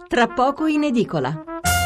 Tra poco in edicola.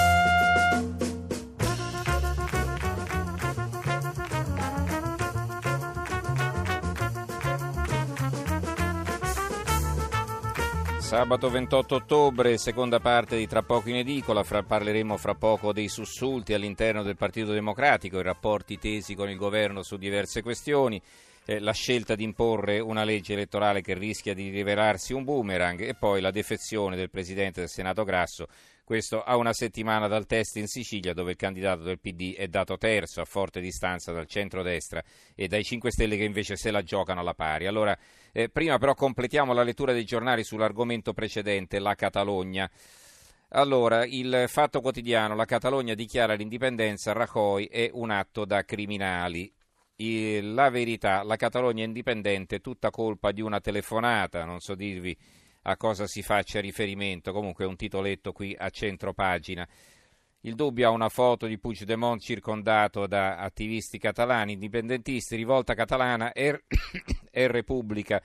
Sabato 28 ottobre, seconda parte di Tra poco in edicola, parleremo fra poco dei sussulti all'interno del Partito Democratico, i rapporti tesi con il governo su diverse questioni, la scelta di imporre una legge elettorale che rischia di rivelarsi un boomerang e poi la defezione del Presidente del Senato Grasso, questo a una settimana dal test in Sicilia dove il candidato del PD è dato terzo a forte distanza dal centrodestra e dai 5 Stelle che invece se la giocano alla pari. Allora, prima però completiamo la lettura dei giornali sull'argomento precedente, la Catalogna. Allora, il Fatto Quotidiano, la Catalogna dichiara l'indipendenza, Rajoy è un atto da criminali. La Verità, la Catalogna è indipendente, tutta colpa di una telefonata, non so dirvi a cosa si faccia riferimento, comunque è un titoletto qui a centro pagina. Il Dubbio ha una foto di Puigdemont circondato da attivisti catalani, indipendentisti, rivolta catalana e Repubblica,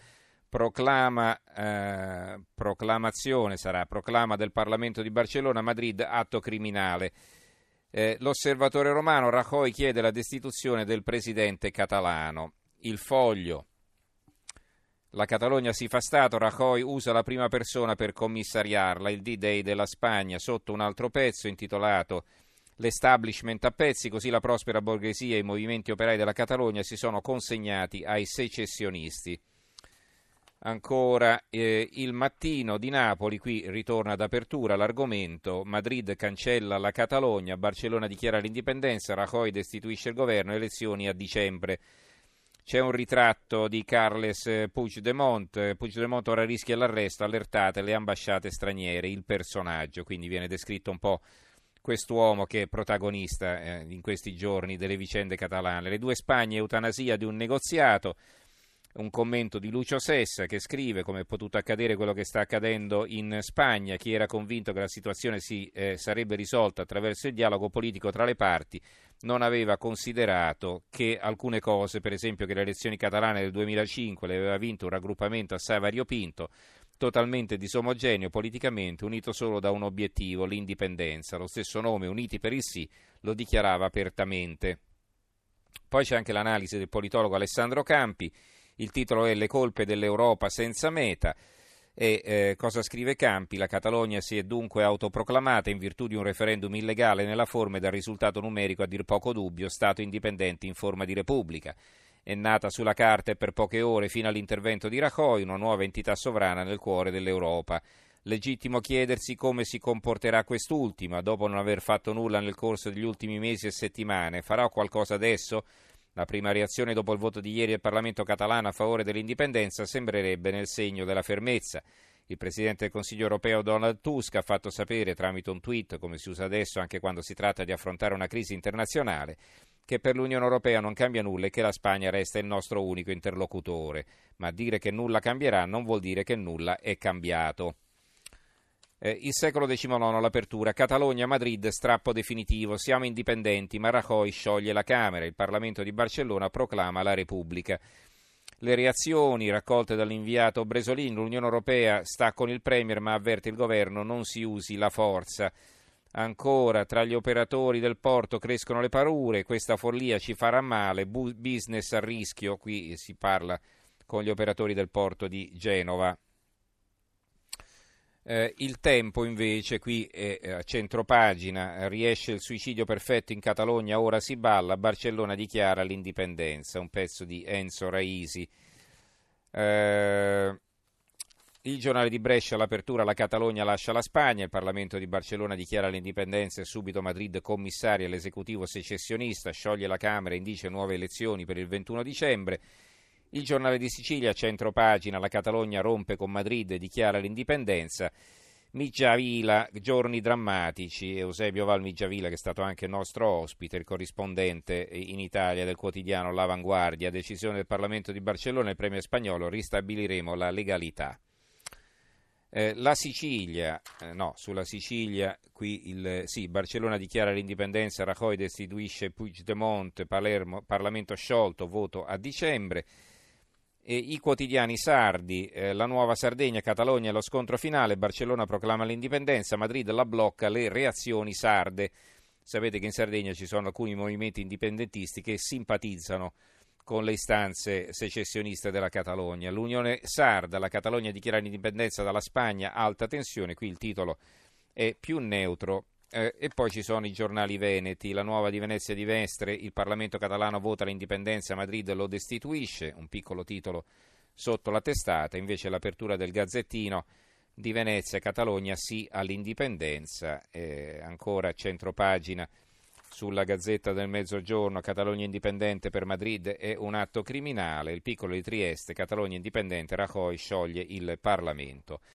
proclama del Parlamento di Barcellona, Madrid, atto criminale. L'Osservatore Romano, Rajoy chiede la destituzione del presidente catalano. Il Foglio, la Catalogna si fa Stato, Rajoy usa la prima persona per commissariarla, il D-Day della Spagna, sotto un altro pezzo intitolato L'establishment a pezzi, così la prospera borghesia e i movimenti operai della Catalogna si sono consegnati ai secessionisti. Ancora il Mattino di Napoli, qui ritorna d'apertura l'argomento, Madrid cancella la Catalogna, Barcellona dichiara l'indipendenza, Rajoy destituisce il governo, elezioni a dicembre. C'è un ritratto di Carles Puigdemont, Puigdemont ora rischia l'arresto, allertate le ambasciate straniere, il personaggio, quindi viene descritto un po' quest'uomo che è protagonista in questi giorni delle vicende catalane. Le due Spagne, eutanasia di un negoziato. Un commento di Lucio Sessa che scrive come è potuto accadere quello che sta accadendo in Spagna. Chi era convinto che la situazione si sarebbe risolta attraverso il dialogo politico tra le parti non aveva considerato che alcune cose, per esempio che le elezioni catalane del 2005 le aveva vinto un raggruppamento assai variopinto, totalmente disomogeneo politicamente, unito solo da un obiettivo, l'indipendenza. Lo stesso nome, Uniti per il Sì, lo dichiarava apertamente. Poi c'è anche l'analisi del politologo Alessandro Campi. Il titolo è Le colpe dell'Europa senza meta e cosa scrive Campi? La Catalogna si è dunque autoproclamata in virtù di un referendum illegale nella forma e dal risultato numerico a dir poco dubbio, Stato indipendente in forma di repubblica. È nata sulla carta e per poche ore fino all'intervento di Rajoy, una nuova entità sovrana nel cuore dell'Europa. Legittimo chiedersi come si comporterà quest'ultima, dopo non aver fatto nulla nel corso degli ultimi mesi e settimane. Farà qualcosa adesso? La prima reazione dopo il voto di ieri del Parlamento catalano a favore dell'indipendenza sembrerebbe nel segno della fermezza. Il Presidente del Consiglio europeo Donald Tusk ha fatto sapere tramite un tweet, come si usa adesso anche quando si tratta di affrontare una crisi internazionale, che per l'Unione Europea non cambia nulla e che la Spagna resta il nostro unico interlocutore. Ma dire che nulla cambierà non vuol dire che nulla è cambiato. Il secolo XIX, l'apertura, Catalogna-Madrid, strappo definitivo, siamo indipendenti, ma Rajoy scioglie la Camera, il Parlamento di Barcellona proclama la Repubblica. Le reazioni raccolte dall'inviato Bresolin, l'Unione Europea sta con il Premier ma avverte il governo non si usi la forza. Ancora, tra gli operatori del porto crescono le paure, questa follia ci farà male, business a rischio, qui si parla con gli operatori del porto di Genova. Il Tempo invece, qui a centropagina, riesce il suicidio perfetto in Catalogna, ora si balla, Barcellona dichiara l'indipendenza, un pezzo di Enzo Raisi. Il Giornale di Brescia, l'apertura, la Catalogna lascia la Spagna, il Parlamento di Barcellona dichiara l'indipendenza e subito Madrid commissaria all'esecutivo secessionista, scioglie la Camera e indice nuove elezioni per il 21 dicembre. Il Giornale di Sicilia, centropagina, la Catalogna rompe con Madrid e dichiara l'indipendenza. Miggiavila, giorni drammatici. Eusebio Val Miggiavila, che è stato anche nostro ospite, il corrispondente in Italia del quotidiano L'Avanguardia. Decisione del Parlamento di Barcellona, il premio spagnolo, ristabiliremo la legalità. La Sicilia, sulla Sicilia, qui Barcellona dichiara l'indipendenza, Rajoy destituisce Puigdemont, Palermo, Parlamento sciolto, voto a dicembre. I quotidiani sardi, la nuova Sardegna, Catalogna, lo scontro finale, Barcellona proclama l'indipendenza, Madrid la blocca, le reazioni sarde. Sapete che in Sardegna ci sono alcuni movimenti indipendentisti che simpatizzano con le istanze secessioniste della Catalogna. L'Unione Sarda, la Catalogna dichiara l'indipendenza dalla Spagna, alta tensione, qui il titolo è più neutro. E poi ci sono i giornali veneti, la Nuova di Venezia di Mestre, il Parlamento catalano vota l'indipendenza, Madrid lo destituisce, un piccolo titolo sotto la testata, invece l'apertura del Gazzettino di Venezia, Catalogna sì all'indipendenza, ancora centropagina sulla Gazzetta del Mezzogiorno, Catalogna indipendente per Madrid è un atto criminale, il piccolo di Trieste, Catalogna indipendente, Rajoy scioglie il Parlamento.